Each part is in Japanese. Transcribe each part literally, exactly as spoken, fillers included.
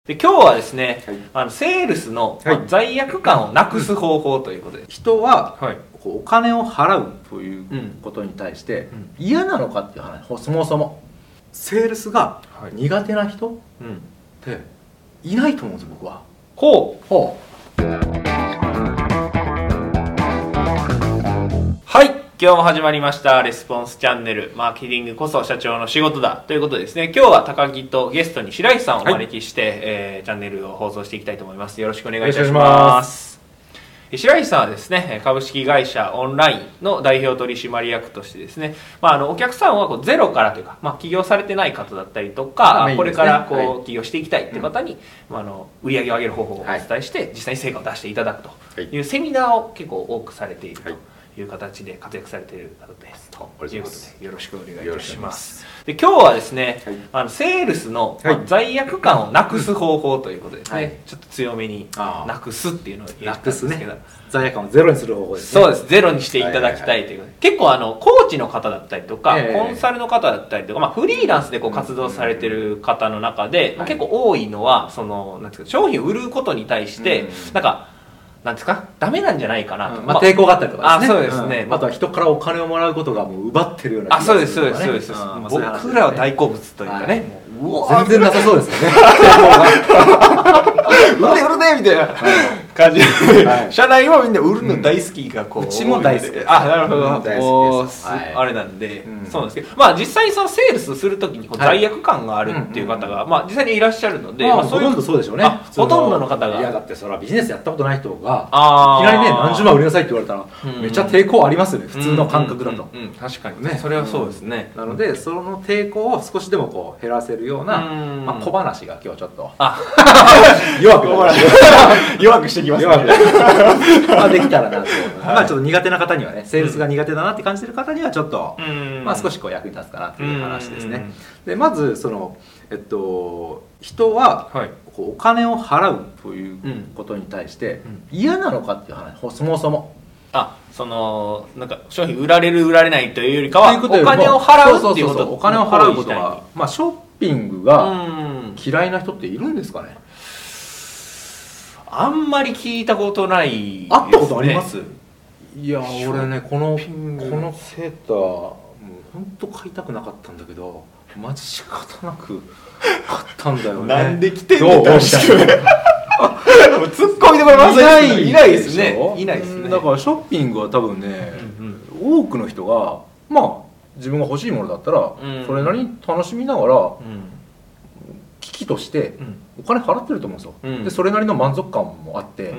で今日はですね、 はい、 あのセールスの、 はい、 まあ、罪悪感をなくす方法ということで、 人は、 はい、 こうお金を払うということに対して、うん、嫌なのかっていう話、そもそもセールスが苦手な人っていないと思うんですよ、僕は。 ほうほう。はい、今日も始まりましたレスポンスチャンネル、マーケティングこそ社長の仕事だということでですね、今日は高木とゲストに白石さんをお招きして、はい、えー、チャンネルを放送していきたいと思います。よろしくお願いいたします。白石さんはですね、株式会社オンラインの代表取締役としてですね、まあ、あのお客さんはこうゼロからというか、まあ、起業されてない方だったりとか、ね、これからこう、はい、起業していきたいっていう方に、うん、まあ、あの売り上げを上げる方法をお伝えして、はい、実際に成果を出していただくというセミナーを結構多くされていると。はい、いう形で活躍されている方ですということでよろしくお願いいたします。で今日はですね、はい、あのセールスの、まあ、罪悪感をなくす方法ということですね、はい、ちょっと強めになくすっていうのを言ったんですけど、ね、 罪悪感をゼロにする方法ですね。 そうです、ゼロにしていただきたいという、はいはいはい、結構あのコーチの方だったりとか、えー、コンサルの方だったりとか、まあ、フリーランスでこう活動されてる方の中で、うん、結構多いのはそのなんていうか商品を売ることに対して、うん、なんかなんですかダメなんじゃないかなと、 うん、まあ、抵抗があったりとかですね。 あ、そうですね、 うん、あとは人からお金をもらうことがもう奪ってるような気がする、ね、 あ、そうですそうですそうです、うん、僕らは大好物というかね、はい、 もう全然なさそうですよね売れ売れねみたいな感じで、はい、社内はみんな売るの大好きがこう、うん、 うちも大好きです。 あ、なるほど、 うん、大好きです、 はい、あれなんで、うん、そうなんですけど、まあ実際にそのセールスするときにこう罪悪感があるっていう方が、はい、まあ実際にいらっしゃるので、 まあ、 まあ、そういうほとんどそうでしょうね。 ほとんどの方が、 いやだってそれはビジネスやったことない人がいきなりね何十万売りなさいって言われたら、うん、めっちゃ抵抗ありますよね、普通の感覚だと。 うんうんうんうん、確かにね、それはそうですね。 うん、なのでその抵抗を少しでもこう減らせるような、うんまあ、小話が今日ちょっと弱く弱くしてきますね。 まあできたらなと、はい、まあちょっと苦手な方にはね、セールスが苦手だなって感じてる方にはちょっと、うん、まあ少しこう役に立つかなという話ですね。でまずそのえっと人はこうお金を払うということに対して嫌なのかっていう話、そもそも。 あ、そのなんか商品売られる売られないというよりかはお金を払うっていうこと、 お金を払うことが、まあショッピングが嫌いな人っているんですかね。 あんまり聞いたことないですね。 会ったことあります？いや俺ねこのこのセーターもう本当買いたくなかったんだけどマジ仕方なく買ったんだよね。 なんで来てんのって話突っ込みどころまさにいないですね。いないですね。 だからショッピングは多分ね、うんうん、多くの人がまあ自分が欲しいものだったら、うん、それなりに楽しみながら、うん、危機としてお金払ってると思うんですよ、うん、でそれなりの満足感もあって、うん、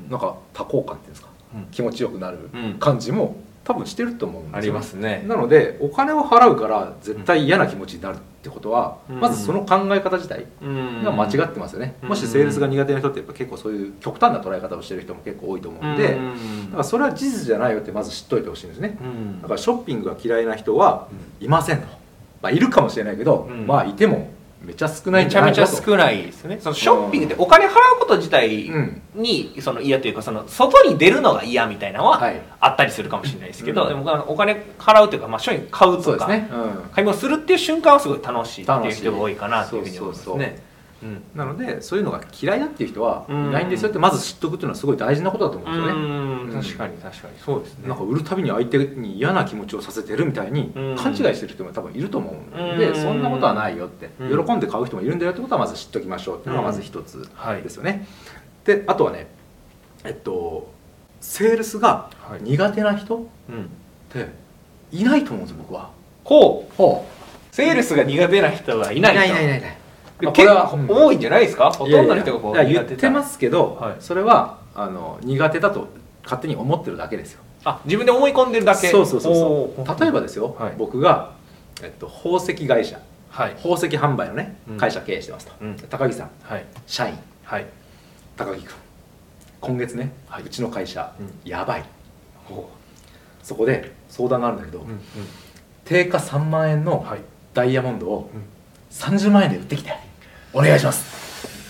なんか多幸感っていうんですか、うん、気持ちよくなる感じも多分してると思うんですよ、 ありますね。 なのでお金を払うから絶対嫌な気持ちになるってことは、うん、まずその考え方自体が間違ってますよね、うん、もしセールスが苦手な人ってやっぱ結構そういう極端な捉え方をしてる人も結構多いと思うんで、うん、だからそれは事実じゃないよってまず知っといてほしいんですね、うん、だからショッピングが嫌いな人はいませんと、まあ、いるかもしれないけど、うん、まあいてもめっちゃ少ないんじゃないかと。 めちゃめちゃ少ないですね。そのショッピングってお金払うこと自体にその嫌というか、その外に出るのが嫌みたいなのはあったりするかもしれないですけど、はい、でもお金払うというか、まあ、商品買うとか、ね、うん、買い物するっていう瞬間はすごい楽しいっていう人が多いかなというふうに思いますね。そうそうそう、 うん、なのでそういうのが嫌いだっていう人はいないんですよってまず知っておくっていうのはすごい大事なことだと思うんですよね。 うん、確かに確かにそうですね。 なんか売るたびに相手に嫌な気持ちをさせてるみたいに勘違いしてる人も多分いると思うので、そんなことはないよって、喜んで買う人もいるんだよってことはまず知っておきましょうっていうのがまず一つですよね。であとはね、えっとセールスが苦手な人っていないと思うんですよ僕は。 ほうほう、セールスが苦手な人はいないと。 いないいないいない。 まあ、これは多いんじゃないですか、うん、ほとんどの人がこういやいや言ってますけど、はい、それはあの苦手だと勝手に思ってるだけですよ。 あ、自分で思い込んでるだけ。 そうそうそうそう。例えばですよ、はい、僕が、えっと、宝石会社、はい、宝石販売のね、うん、会社経営してますと、うん、高木さん、はい、社員、はい、高木君今月ね、はい、うちの会社、うん、やばい、そこで相談があるんだけど、うんうん、定価さんまんえんのダイヤモンドをさんじゅうまんえんで売ってきてお願いします。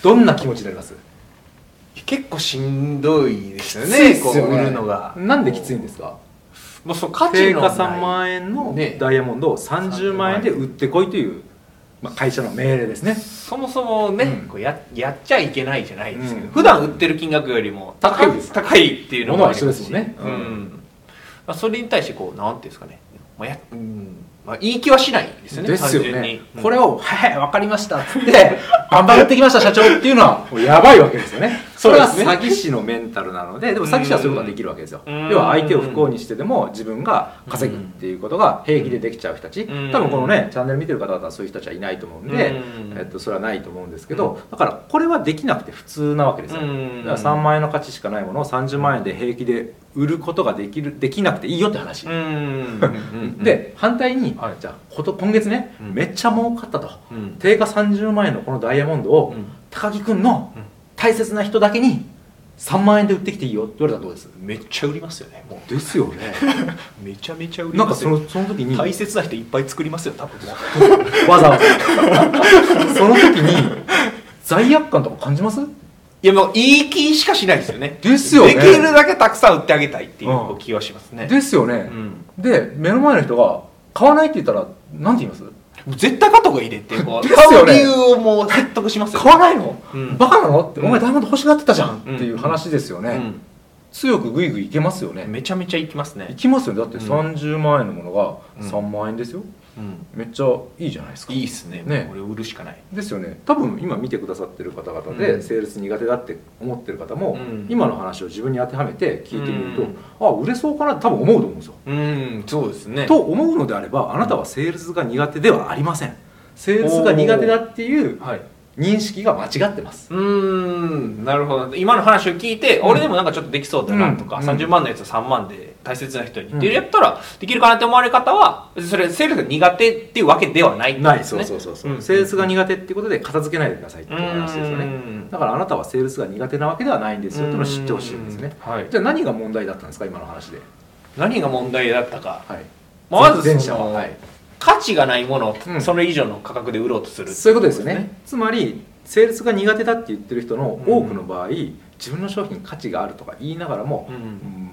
どんな気持ちになります？ 結構しんどいですよね。こう売るのが。 なんできついんですか？ もうその価値のない定価さんまんえんのダイヤモンドをさんじゅうまんえんで売ってこいというまあ、会社の命令ですね。 そもそもね、うん、こう や, やっちゃいけないじゃないですけど、うん、普段売ってる金額よりも高いです高いっていうのもありますし、 物は一緒ですもんね、 うんまあ、それに対してこうなんていうんですかね、まあやうんまあ、言い気はしないですよね。 ですよね、うん、これを「はいはい分かりました」っつって「バンバン売ってきました社長」っていうのはもうやばいわけですよね。それは詐欺師のメンタルなので、でも詐欺師はそういうことができるわけですよ。要は相手を不幸にしてでも自分が稼ぐっていうことが平気でできちゃう人たち、多分このねチャンネル見てる方々はそういう人たちはいないと思うんで、えっと、それはないと思うんですけど、だからこれはできなくて普通なわけですよ。だからさんまんえんの価値しかないものをさんじゅうまんえんで平気で売ることができるできなくていいよって話で、反対に、はい、じゃあ今月ね、うん、めっちゃ儲かったと、うん、定価さんじゅうまんえんのこのダイヤモンドを、うん、高木くんの大切な人だけにさんまんえんで売ってきていいよって言われたらどうです？ めっちゃ売りますよね。もうですよねめちゃめちゃ売りますよ。 なんかその、その時に大切な人いっぱい作りますよ多分わざわざその時に罪悪感とか感じます？ いやもういい気しかしないですよね。 ですよね。 できるだけたくさん売ってあげたいっていう気はしますね。 ですよね、うん、で目の前の人が買わないって言ったら何て言います？ 絶対買った方がいいでっていうか、 ね、 買う理由をもう説得しますよ、 ね、買わないの、うん、バカなのって、うん、お前ダイヤモンド欲しがってたじゃん、うん、っていう話ですよね、うん、強くグイグイいけますよね。 めちゃめちゃいきますね。 いきますよね。だってさんじゅうまんえんのものがさんまんえんですよ、うん、めっちゃいいじゃないですか。 いいっすね。ね、これ売るしかない。 ですよね。多分今見てくださってる方々で、うん、セールス苦手だって思ってる方も、うん、今の話を自分に当てはめて聞いてみると、うん、あ売れそうかなって多分思うと思うんですよ。 うん、そうですね。 と思うのであれば、あなたはセールスが苦手ではありません。セールスが苦手だっていう認識が間違ってます。 うーん、なるほど。今の話を聞いて、うん、俺でもなんかちょっとできそうだなとか、うん、さんじゅうまんのやつさんまんで大切な人にってやったらできるかなって思われる方は、それセールスが苦手っていうわけではないってことですね。 ない、そうそうそうそう、うん、セールスが苦手っていうことで片付けないでくださいっていう話ですよね。だからあなたはセールスが苦手なわけではないんですよっていうのを知ってほしいんですね。はい、じゃあ何が問題だったんですか今の話で。 何が問題だったか。はい、 まず前者は、はい、 価値がないものをそれ以上の価格で売ろうとする、 うん、そういうことですよね。つまりセールスが苦手だって言ってる人の多くの場合、うん、自分の商品に価値があるとか言いながらも、うん、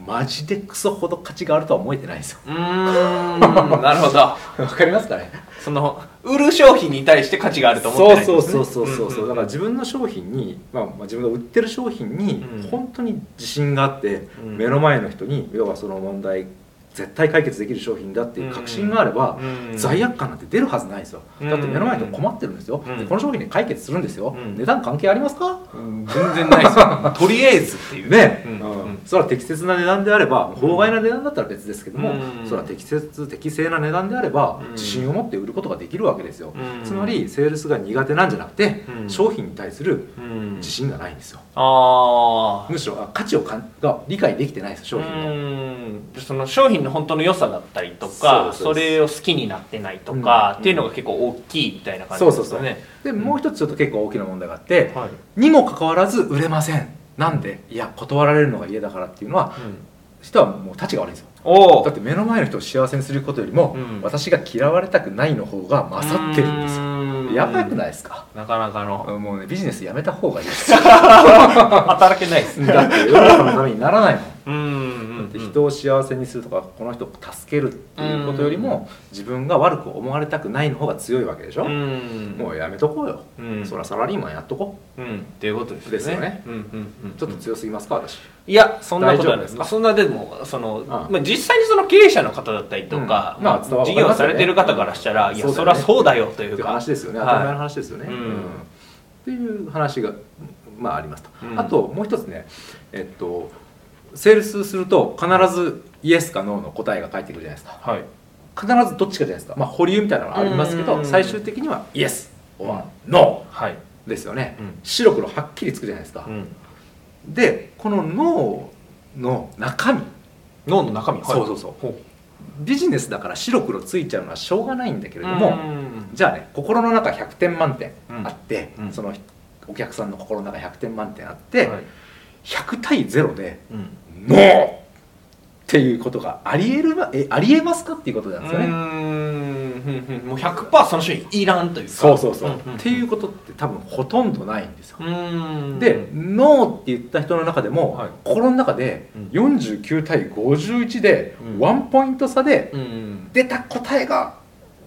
マジでクソほど価値があるとは思えてないんですよ。うーんなるほどわかりますかね。 その売る商品に対して価値があると思ってないんですね。 そうそうそうそうそう、だから自分の商品に、まあ、まあ自分が売ってる商品に本当に自信があって、うん、目の前の人に要はその問題絶対解決できる商品だっていう確信があれば、うん、罪悪感なんて出るはずないですよ。だって目の前の人困ってるんですよ、うん、でこの商品で解決するんですよ、うん、値段関係ありますか、 うん、全然ないですよとりあえずっていうね、うんうん、それは適切な値段であれば法外な値段だったら別ですけども、うん、それは適切適正な値段であれば自信を持って売ることができるわけですよ、うん、つまりセールスが苦手なんじゃなくて、うん、商品に対する自信がないんですよ。あむしろ価値をかが理解できてないです商品の。 うんその商品の本当の良さだったりとか そ, それを好きになってないとか、うん、っていうのが結構大きいみたいな感じですよね。そうそうそうでもう一つちょっと結構大きな問題があって、はい、にもかかわらず売れません。なんでいや断られるのが嫌だからっていうのは、うん、人はもう立ちが悪いんですよ。おだって目の前の人を幸せにすることよりも、うん、私が嫌われたくないの方が勝ってるんですよ。やばくないですか。 なかなかのもうねビジネスやめた方がいいですよ働けないですだって世の中のためにならないもん。うんだって人を幸せにするとかこの人を助けるっていうことよりも自分が悪く思われたくないの方が強いわけでしょ。うんもうやめとこうよ、うん、そらサラリーマンやっとこう、うん、っていうことですね。ですよね、うんうんうん、ちょっと強すぎますか私。 いやそんなことはないですか。そんなでもその、まあ、実際にその経営者の方だったりとか、うんまあまあ、事業されてる方からしたら、うん、いや そ, そりゃそうだよというか話ですよね。当たり前の話ですよね、はいうん、っていう話が、まあ、ありますと、うん、あともう一つねえっとセールスすると必ずイエスかノーの答えが返ってくるじゃないですか、はい、必ずどっちかじゃないですか。まあ保留みたいなのがありますけど最終的にはイエス or ノーですよね、うん、白黒はっきりつくじゃないですか、うん、でこのノーの中身ノーの中身、 はい、そうそうそうビジネスだから白黒ついちゃうのはしょうがないんだけれども、じゃあね心の中ひゃくてん満点あって、うん、そのお客さんの心の中ひゃくてん満点あって、はい、ひゃくたいゼロで、うん、ノーっていうことがありえるえありえますかっていうことなんですよね。うーんもう ひゃくパーセント その人にいらんというかそうそうそう、うんうん、っていうことって多分ほとんどないんですよ。うんでノーって言った人の中でも、はい、心の中でよんじゅうきゅうたいごじゅういちでワンポイント差で出た答えが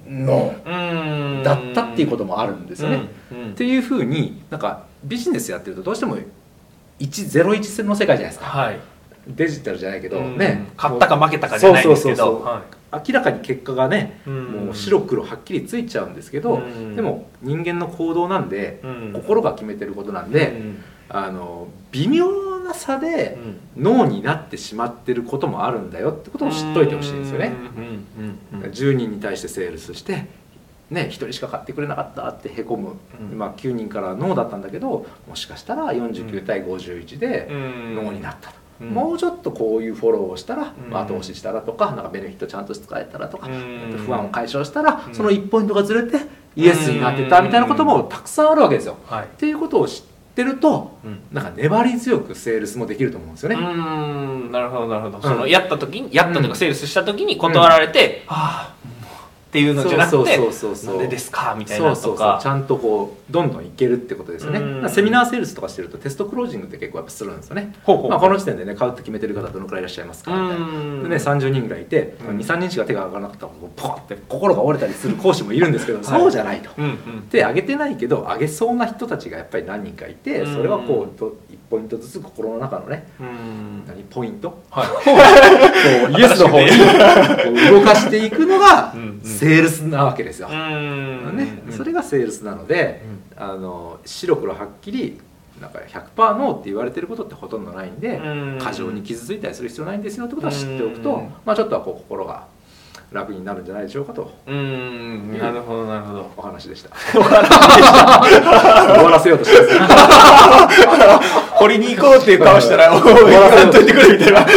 ノーだったっていうこともあるんですよね。うんうん、っていうふうになんかビジネスやってるとどうしてもいちゼロいちの世界じゃないですか、はい、デジタルじゃないけど、うん、ね、 勝ったか負けたかじゃないですけど、 明らかに結果がね、うん、もう白黒はっきりついちゃうんですけど、うん、でも人間の行動なんで、うん、心が決めてることなんで、うん、あの微妙な差でノーになってしまってることもあるんだよってことを知っといてほしいんですよね。じゅうにんに対してセールスしてね、ひとりしか買ってくれなかったってへこむ、うん、まあ、きゅうにんからノーだったんだけどもしかしたらよんじゅうきゅうたいごじゅういちでノーになったと、うん、もうちょっとこういうフォローをしたら、うん、後押ししたらとか、なんかベネフィットちゃんと使えたらとか、うん、不安を解消したら、うん、そのいちポイントがずれてイエスになってたみたいなこともたくさんあるわけですよ、はい、っていうことを知ってると、うん、なんか粘り強くセールスもできると思うんですよね。うーん、なるほどなるほど、うん、そのやった時にやったとかセールスした時に断られて、うん、はあっていうのじゃなくて、なんでですかみたいなとか、そうそうそう、 ちゃんとこうどんどんいけるってことですよね。セミナーセールスとかしてるとテストクロージングって結構やっぱするんですよね。ほうほう、まあ、この時点でね買うって決めてる方どのくらいいらっしゃいますかみたいなで、ね、さんじゅうにんぐらいいて、うん、にさんにんしか手が上がらなかったらポコって心が折れたりする講師もいるんですけど、はい、そうじゃないと、うんうん、手上げてないけど上げそうな人たちがやっぱり何人かいて、それはこういちポイントずつ心の中のね、何ポイント、はい、こうイエスの方に動かしていくのがセールスなわけですよ、ね、それがセールスなので、うん、あの白黒はっきりなんか ひゃくパーセント ノーって言われてることってほとんどないんで、うん、過剰に傷ついたりする必要ないんですよってことは知っておくと、うん、まあ、ちょっとはこう心が楽になるんじゃないでしょうかと。 うーん、なるほどなるほど、 お話でした。お話でした終わらせようとしてます掘りに行こうっていう顔したら終わらせといてくれみたいな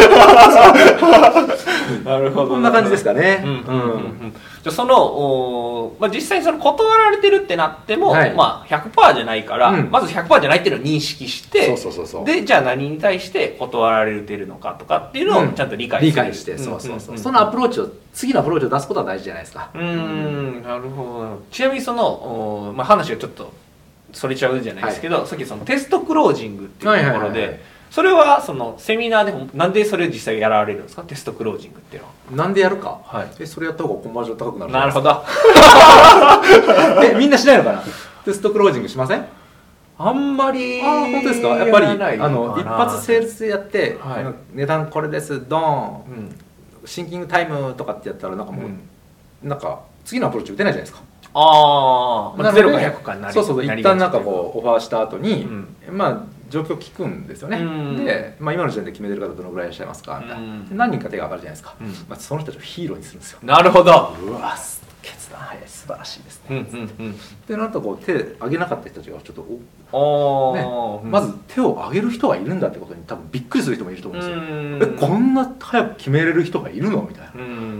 なるほど、 こんな感じですかね。 じゃあその、まあ、実際にその断られてるってなっても、はい、まあ、ひゃくパーセント じゃないから、うん、まず ひゃくパーセント じゃないっていうのを認識して、そうそうそうそう、でじゃあ何に対して断られてるのかとかっていうのをちゃんと理解する、うん、 理解して、そうそうそう、そのアプローチを次のアプローチを出すことは大事じゃないですか。 うーん、なるほど。ちなみにその、まあ、話がちょっとそれちゃうじゃないですけど、はい、さっきそのテストクロージングっていうところで、それはそのセミナーでもなんでそれを実際やられるんですか、テストクロージングっていうのは。 なんでやるか、はい、えそれやった方がコンバージョン高くなる。 なるほどえみんなしないのかな、テストクロージングしません？ あんまり。 あ、本当ですか。やっぱりあの一発セールスでやって、はい、値段これですドーン、うん、シンキングタイムとかってやったらなんかもう、うん、なんか次のアプローチ打てないじゃないですか。 ああ、ゼロかひゃくかになりそうそう、一旦なんかこうオファーした後に、うん、まあ状況聞くんですよね、うん、で、まあ、今の時点で決めてる方どのぐらいいらっしゃいますかみたいな、うん、何人か手が上がるじゃないですか、うん、まあ、その人たちをヒーローにするんですよ。 なるほど。 うわ決断早い、素晴らしいですね、うんうんうん、でなんとこう手上げなかった人たちがちょっとお、ね、うん、まず手を上げる人がいるんだってことに多分びっくりする人もいると思うんですよ、うん、えこんな早く決めれる人がいるのみたいな、うん、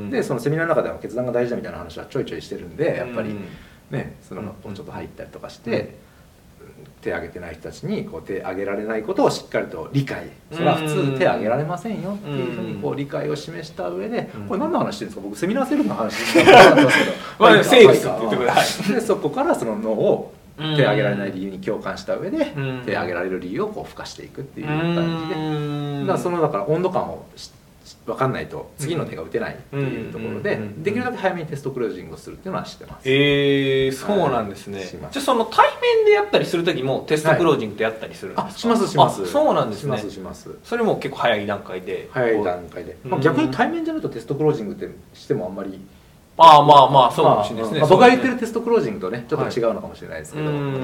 でそのセミナーの中では決断が大事だみたいな話はちょいちょいしてるんで、やっぱりね、そのちょっと入ったりとかして、うん、手挙げてない人たちにこう手挙げられないことをしっかりと理解、それは普通手挙げられませんよっていうふうにこう理解を示した上で、これ何の話してるんですか、僕セミナーセールスの話してるんですけどまあセールスって言ってください。 でそこからその脳を手挙げられない理由に共感した上で手挙げられる理由をこう付加していくっていう感じで、だからそのだから温度感を分かんないと次の手が打てないっていうところで、できるだけ早めにテストクロージングをするっていうのは知ってます。 えー、そうなんですね。じゃあその対面でやったりする時もテストクロージングってやったりするんですか？ はい、あ、しますします。 あ、そうなんですね。 しますします。 それも結構早い段階で。 早い段階で。まあ、逆に対面じゃないとテストクロージングってしてもあんまり。 ああ、まあまあそうかもしれないですね。 まあ、僕が言ってるテストクロージングとねちょっと違うのかもしれないですけど。 うんうんうんうん、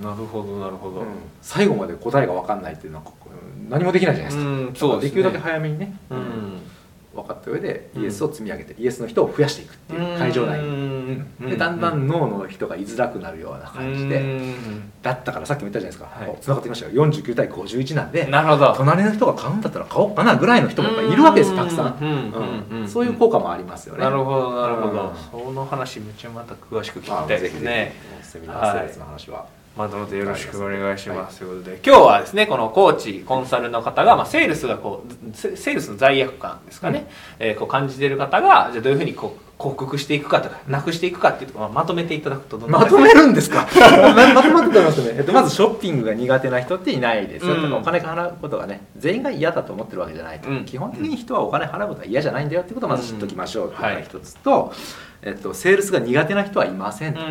なるほどなるほど、うん。 最後まで答えが分かんないっていうのは何もできないじゃないですか。うん、そうですね。できるだけ早めにね。うん、分かった上でイエスを積み上げて、うん、イエスの人を増やしていくっていう会場内にで、だんだんノーの人が居づらくなるような感じで、だったからさっきも言ったじゃないですか、はい、つながってきましたよ。よんじゅうきゅうたいごじゅういちなんで、 なるほど、 隣の人が買うんだったら買おうかなぐらいの人もやっぱいるわけです、たくさん。そういう効果もありますよね。 なるほどなるほど、その話めっちゃまた詳しく聞きたいですね。 セミナーセールスの話は、はい、 まあ、どうぞよろしくお願いしますということで、今日はですねこのコーチコンサルの方が、まあ、セールスがこうセールスの罪悪感ですかね、うん、えー、こう感じている方がじゃあどういうふうにこう克服していくかとかなくしていくかっていうところをまとめていただくとどんなまとめるんですかまとまってますね、えっと、まずショッピングが苦手な人っていないですよ、うん、お金払うことがね全員が嫌だと思ってるわけじゃないと、うん、基本的に人はお金払うことは嫌じゃないんだよってことをまず知っておきましょうっていうのが一つと、うんはいえっと、セールスが苦手な人はいませんと、うん、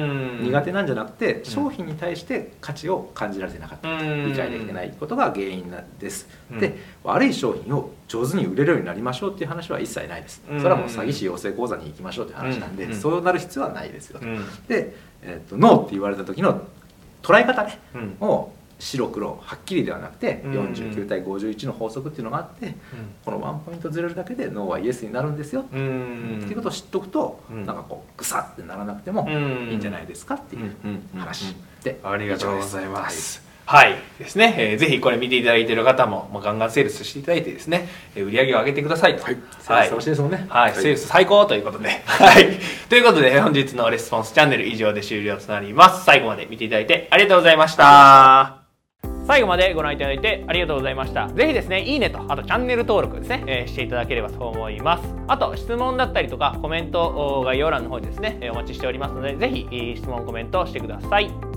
苦手なんじゃなくて商品に対して価値を感じられてなかった、うん、理解できてないことが原因なんです、うん、で悪い商品を上手に売れるようになりましょうっていう話は一切ないです、うん、それはもう詐欺師養成講座に行きましょうっていう話なんで、うん、そうなる必要はないですよと、うん、で、えっと、ノーって言われた時の捉え方ね、うん、を白黒はっきりではなくてよんじゅうきゅうたいごじゅういちの法則っていうのがあって、うん、このワンポイントずれるだけでノーはイエスになるんですよ、うん、っていうことを知っておくと、うん、なんかこうグサッてならなくてもいいんじゃないですかっていう話で、 ありがとうございます。はい、はい、ですね、えー、ぜひこれ見ていただいている方も、まあ、ガンガンセールスしていただいてですね、えー、売り上げを上げてくださいと。はい、 はい、セールス楽しいですもんね。 はい、セールス最高ということで、はい、ということで本日のレスポンスチャンネル以上で終了となります。最後まで見ていただいてありがとうございました。最後までご覧いただいてありがとうございました。ぜひですね、いいねと、あとチャンネル登録ですね、えー、していただければと思います。あと、質問だったりとか、コメント概要欄の方にですね、お待ちしておりますので、ぜひ質問、コメントしてください。